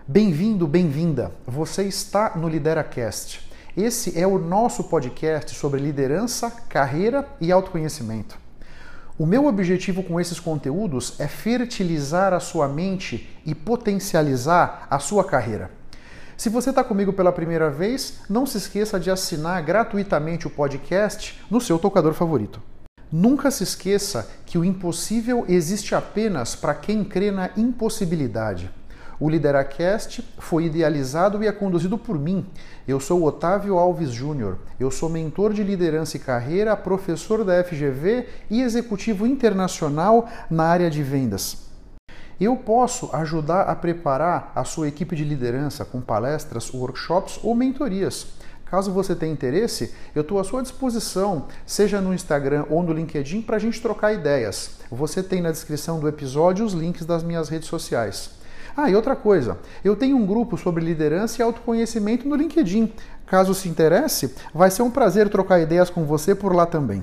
Bem-vindo, bem-vinda. Você está no LideraCast. Esse é o nosso podcast sobre liderança, carreira e autoconhecimento. O meu objetivo com esses conteúdos é fertilizar a sua mente e potencializar a sua carreira. Se você está comigo pela primeira vez, não se esqueça de assinar gratuitamente o podcast no seu tocador favorito. Nunca se esqueça que o impossível existe apenas para quem crê na impossibilidade. O LideraCast foi idealizado e é conduzido por mim. Eu sou Otávio Alves Júnior. Eu sou mentor de liderança e carreira, professor da FGV e executivo internacional na área de vendas. Eu posso ajudar a preparar a sua equipe de liderança com palestras, workshops ou mentorias. Caso você tenha interesse, eu estou à sua disposição, seja no Instagram ou no LinkedIn, para a gente trocar ideias. Você tem na descrição do episódio os links das minhas redes sociais. Ah, e outra coisa, eu tenho um grupo sobre liderança e autoconhecimento no LinkedIn. Caso se interesse, vai ser um prazer trocar ideias com você por lá também.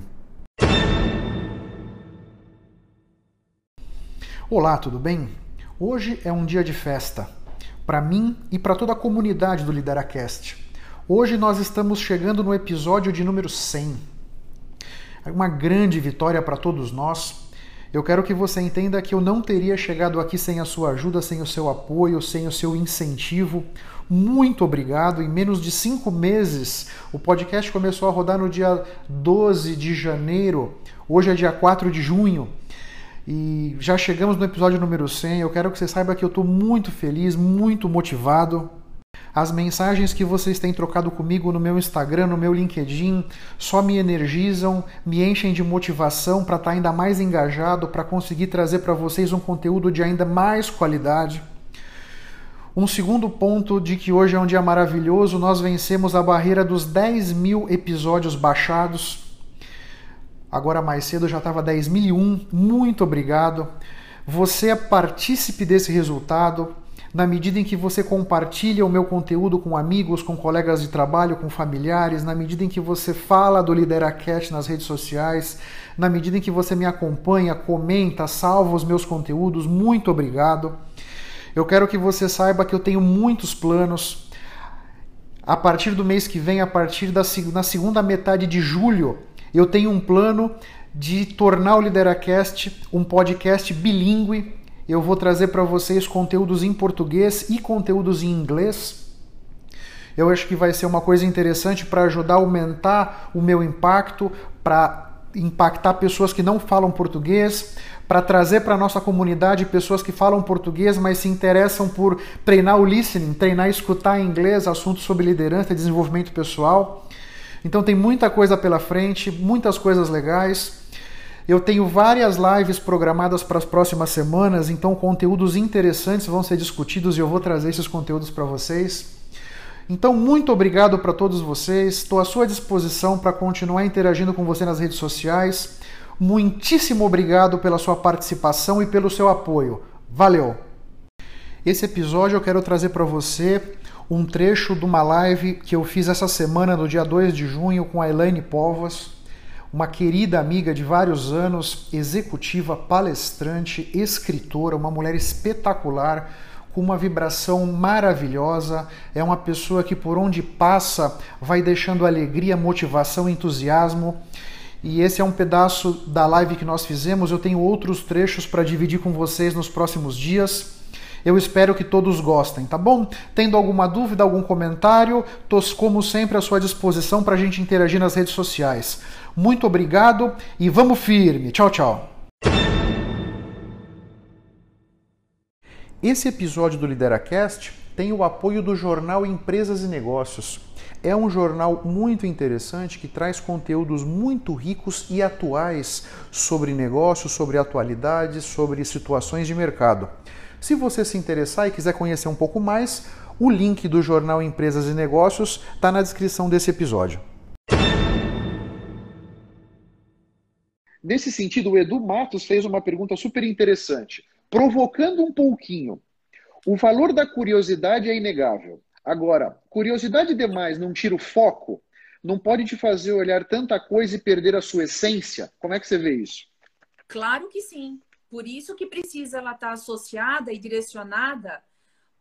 Olá, tudo bem? Hoje é um dia de festa, para mim e para toda a comunidade do LideraCast. Hoje nós estamos chegando no episódio de número 100. É uma grande vitória para todos nós. Eu quero que você entenda que eu não teria chegado aqui sem a sua ajuda, sem o seu apoio, sem o seu incentivo. Muito obrigado. Em menos de 5 meses, o podcast começou a rodar no dia 12 de janeiro. Hoje é dia 4 de junho. E já chegamos no episódio número 100. Eu quero que você saiba que eu estou muito feliz, muito motivado. As mensagens que vocês têm trocado comigo no meu Instagram, no meu LinkedIn, só me energizam, me enchem de motivação para estar ainda mais engajado, para conseguir trazer para vocês um conteúdo de ainda mais qualidade. Um segundo ponto de que hoje é um dia maravilhoso, nós vencemos a barreira dos 10 mil episódios baixados. Agora mais cedo já estava 10.001, muito obrigado. Você é partícipe desse resultado. Na medida em que você compartilha o meu conteúdo com amigos, com colegas de trabalho, com familiares, na medida em que você fala do LideraCast nas redes sociais, na medida em que você me acompanha, comenta, salva os meus conteúdos, muito obrigado. Eu quero que você saiba que eu tenho muitos planos. A partir do mês que vem, na segunda metade de julho, eu tenho um plano de tornar o LideraCast um podcast bilíngue. Eu vou trazer para vocês conteúdos em português e conteúdos em inglês. Eu acho que vai ser uma coisa interessante para ajudar a aumentar o meu impacto, para impactar pessoas que não falam português, para trazer para a nossa comunidade pessoas que falam português, mas se interessam por treinar o listening, treinar e escutar em inglês assuntos sobre liderança e desenvolvimento pessoal. Então tem muita coisa pela frente, muitas coisas legais. Eu tenho várias lives programadas para as próximas semanas, então conteúdos interessantes vão ser discutidos e eu vou trazer esses conteúdos para vocês. Então, muito obrigado para todos vocês. Estou à sua disposição para continuar interagindo com você nas redes sociais. Muitíssimo obrigado pela sua participação e pelo seu apoio. Valeu! Esse episódio eu quero trazer para você um trecho de uma live que eu fiz essa semana, no dia 2 de junho, com a Elaine Povas, uma querida amiga de vários anos, executiva, palestrante, escritora, uma mulher espetacular, com uma vibração maravilhosa. É uma pessoa que por onde passa vai deixando alegria, motivação, entusiasmo. E esse é um pedaço da live que nós fizemos. Eu tenho outros trechos para dividir com vocês nos próximos dias. Eu espero que todos gostem, tá bom? Tendo alguma dúvida, algum comentário, estou como sempre à sua disposição para a gente interagir nas redes sociais. Muito obrigado e vamos firme. Tchau, tchau. Esse episódio do LideraCast tem o apoio do jornal Empresas e Negócios. É um jornal muito interessante que traz conteúdos muito ricos e atuais sobre negócios, sobre atualidades, sobre situações de mercado. Se você se interessar e quiser conhecer um pouco mais, o link do jornal Empresas e Negócios está na descrição desse episódio. Nesse sentido, o Edu Matos fez uma pergunta super interessante, provocando um pouquinho. O valor da curiosidade é inegável. Agora, curiosidade demais não tira o foco? Não pode te fazer olhar tanta coisa e perder a sua essência? Como é que você vê isso? Claro que sim. Por isso que precisa ela estar associada e direcionada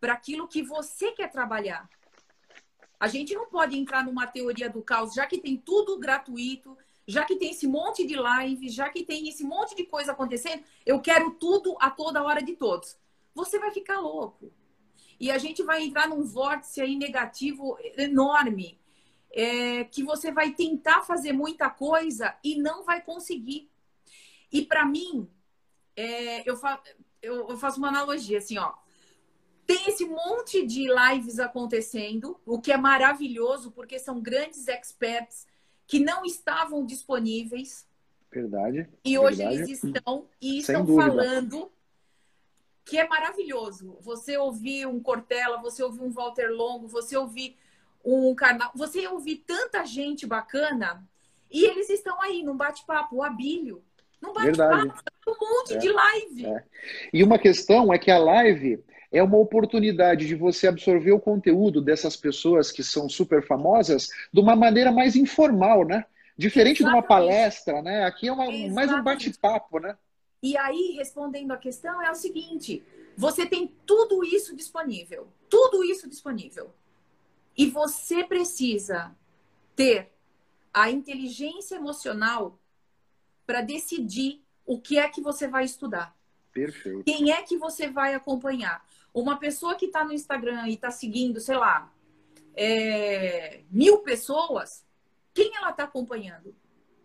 para aquilo que você quer trabalhar. A gente não pode entrar numa teoria do caos, já que tem tudo gratuito, já que tem esse monte de live, já que tem esse monte de coisa acontecendo, eu quero tudo a toda hora de todos. Você vai ficar louco. E a gente vai entrar num vórtice aí negativo enorme, que você vai tentar fazer muita coisa e não vai conseguir. E para mim, eu faço uma analogia assim, ó. Tem esse monte de lives acontecendo, o que é maravilhoso, porque são grandes experts que não estavam disponíveis. Verdade. E hoje eles estão e estão falando, que é maravilhoso. Você ouvir um Cortella, você ouvir um Walter Longo, você ouvir um Karnal, você ouvir tanta gente bacana, e eles estão aí num bate-papo, o Abílio, num bate-papo, um monte de live. E uma questão é que a live é uma oportunidade de você absorver o conteúdo dessas pessoas que são super famosas de uma maneira mais informal, né? Diferente de uma palestra, né? Aqui é mais um bate-papo, né? E aí, respondendo a questão, é o seguinte: você tem tudo isso disponível. Tudo isso disponível. E você precisa ter a inteligência emocional para decidir o que é que você vai estudar. Perfeito. Quem é que você vai acompanhar? Uma pessoa que está no Instagram e está seguindo, sei lá, 1000 pessoas, quem ela está acompanhando?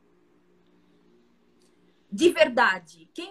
De verdade. Quem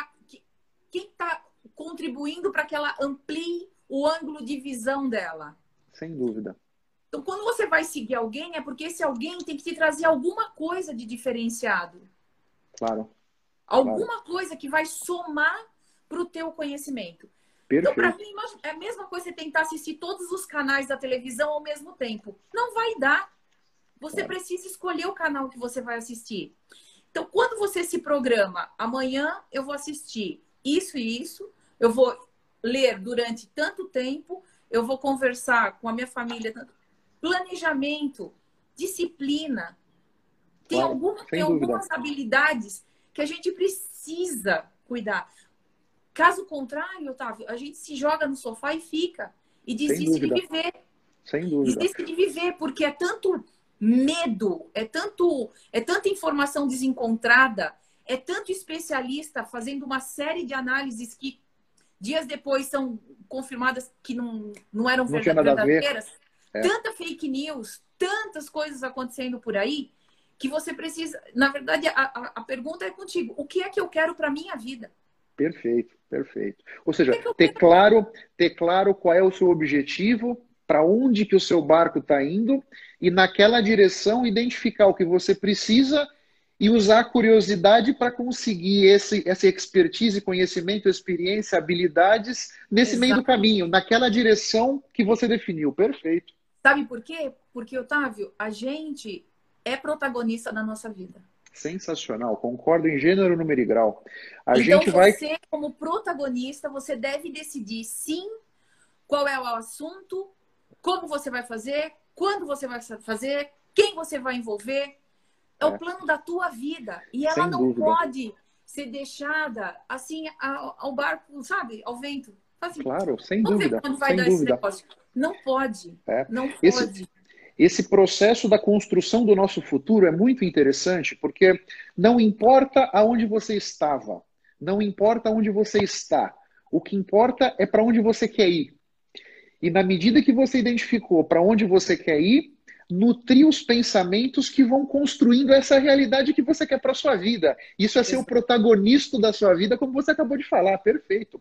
está contribuindo para que ela amplie o ângulo de visão dela? Sem dúvida. Então, quando você vai seguir alguém, é porque esse alguém tem que te trazer alguma coisa de diferenciado. Claro. Alguma coisa que vai somar para o teu conhecimento. Perfeito. Então, para mim, é a mesma coisa você tentar assistir todos os canais da televisão ao mesmo tempo. Não vai dar. Você precisa escolher o canal que você vai assistir. Então, quando você se programa, amanhã eu vou assistir isso e isso, eu vou ler durante tanto tempo, eu vou conversar com a minha família. Planejamento, disciplina. Tem algumas habilidades que a gente precisa cuidar. Caso contrário, Otávio, a gente se joga no sofá e fica. E desiste de viver. Sem dúvida. Desiste de viver, porque é tanto medo, é tanta informação desencontrada, é tanto especialista fazendo uma série de análises que dias depois são confirmadas que não eram verdadeiras. Tanta fake news, tantas coisas acontecendo por aí, que você precisa... Na verdade, a pergunta é contigo. O que é que eu quero para minha vida? Perfeito, perfeito. Ou seja, ter claro qual é o seu objetivo, para onde que o seu barco está indo, e naquela direção identificar o que você precisa e usar a curiosidade para conseguir essa expertise, conhecimento, experiência, habilidades nesse meio do caminho, naquela direção que você definiu. Perfeito. Sabe por quê? Porque, Otávio, a gente é protagonista da nossa vida. Sensacional, concordo em gênero, número e grau. Então, você, como protagonista, você deve decidir, sim, qual é o assunto, como você vai fazer, quando você vai fazer, quem você vai envolver. É o plano da tua vida. E ela não pode ser deixada assim ao barco, sabe? Ao vento. Assim, claro, sem dúvida. Quando vai dar esse negócio. Não pode. Não pode. Esse processo da construção do nosso futuro é muito interessante, porque não importa aonde você estava, não importa onde você está, o que importa é para onde você quer ir. E na medida que você identificou para onde você quer ir, nutrir os pensamentos que vão construindo essa realidade que você quer para a sua vida. Isso é ser o protagonista da sua vida, como você acabou de falar. Perfeito.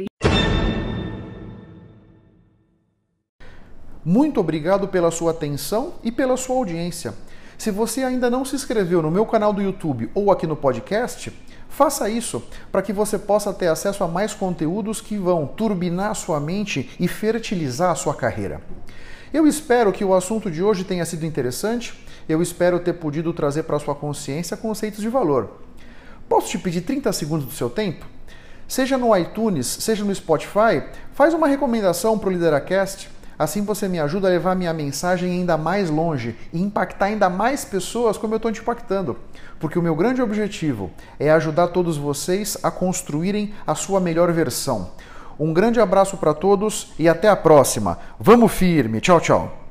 Muito obrigado pela sua atenção e pela sua audiência. Se você ainda não se inscreveu no meu canal do YouTube ou aqui no podcast, faça isso para que você possa ter acesso a mais conteúdos que vão turbinar a sua mente e fertilizar a sua carreira. Eu espero que o assunto de hoje tenha sido interessante, eu espero ter podido trazer para a sua consciência conceitos de valor. Posso te pedir 30 segundos do seu tempo? Seja no iTunes, seja no Spotify, faz uma recomendação para o Lideracast. Assim você me ajuda a levar minha mensagem ainda mais longe e impactar ainda mais pessoas como eu estou te impactando. Porque o meu grande objetivo é ajudar todos vocês a construírem a sua melhor versão. Um grande abraço para todos e até a próxima. Vamos firme. Tchau, tchau.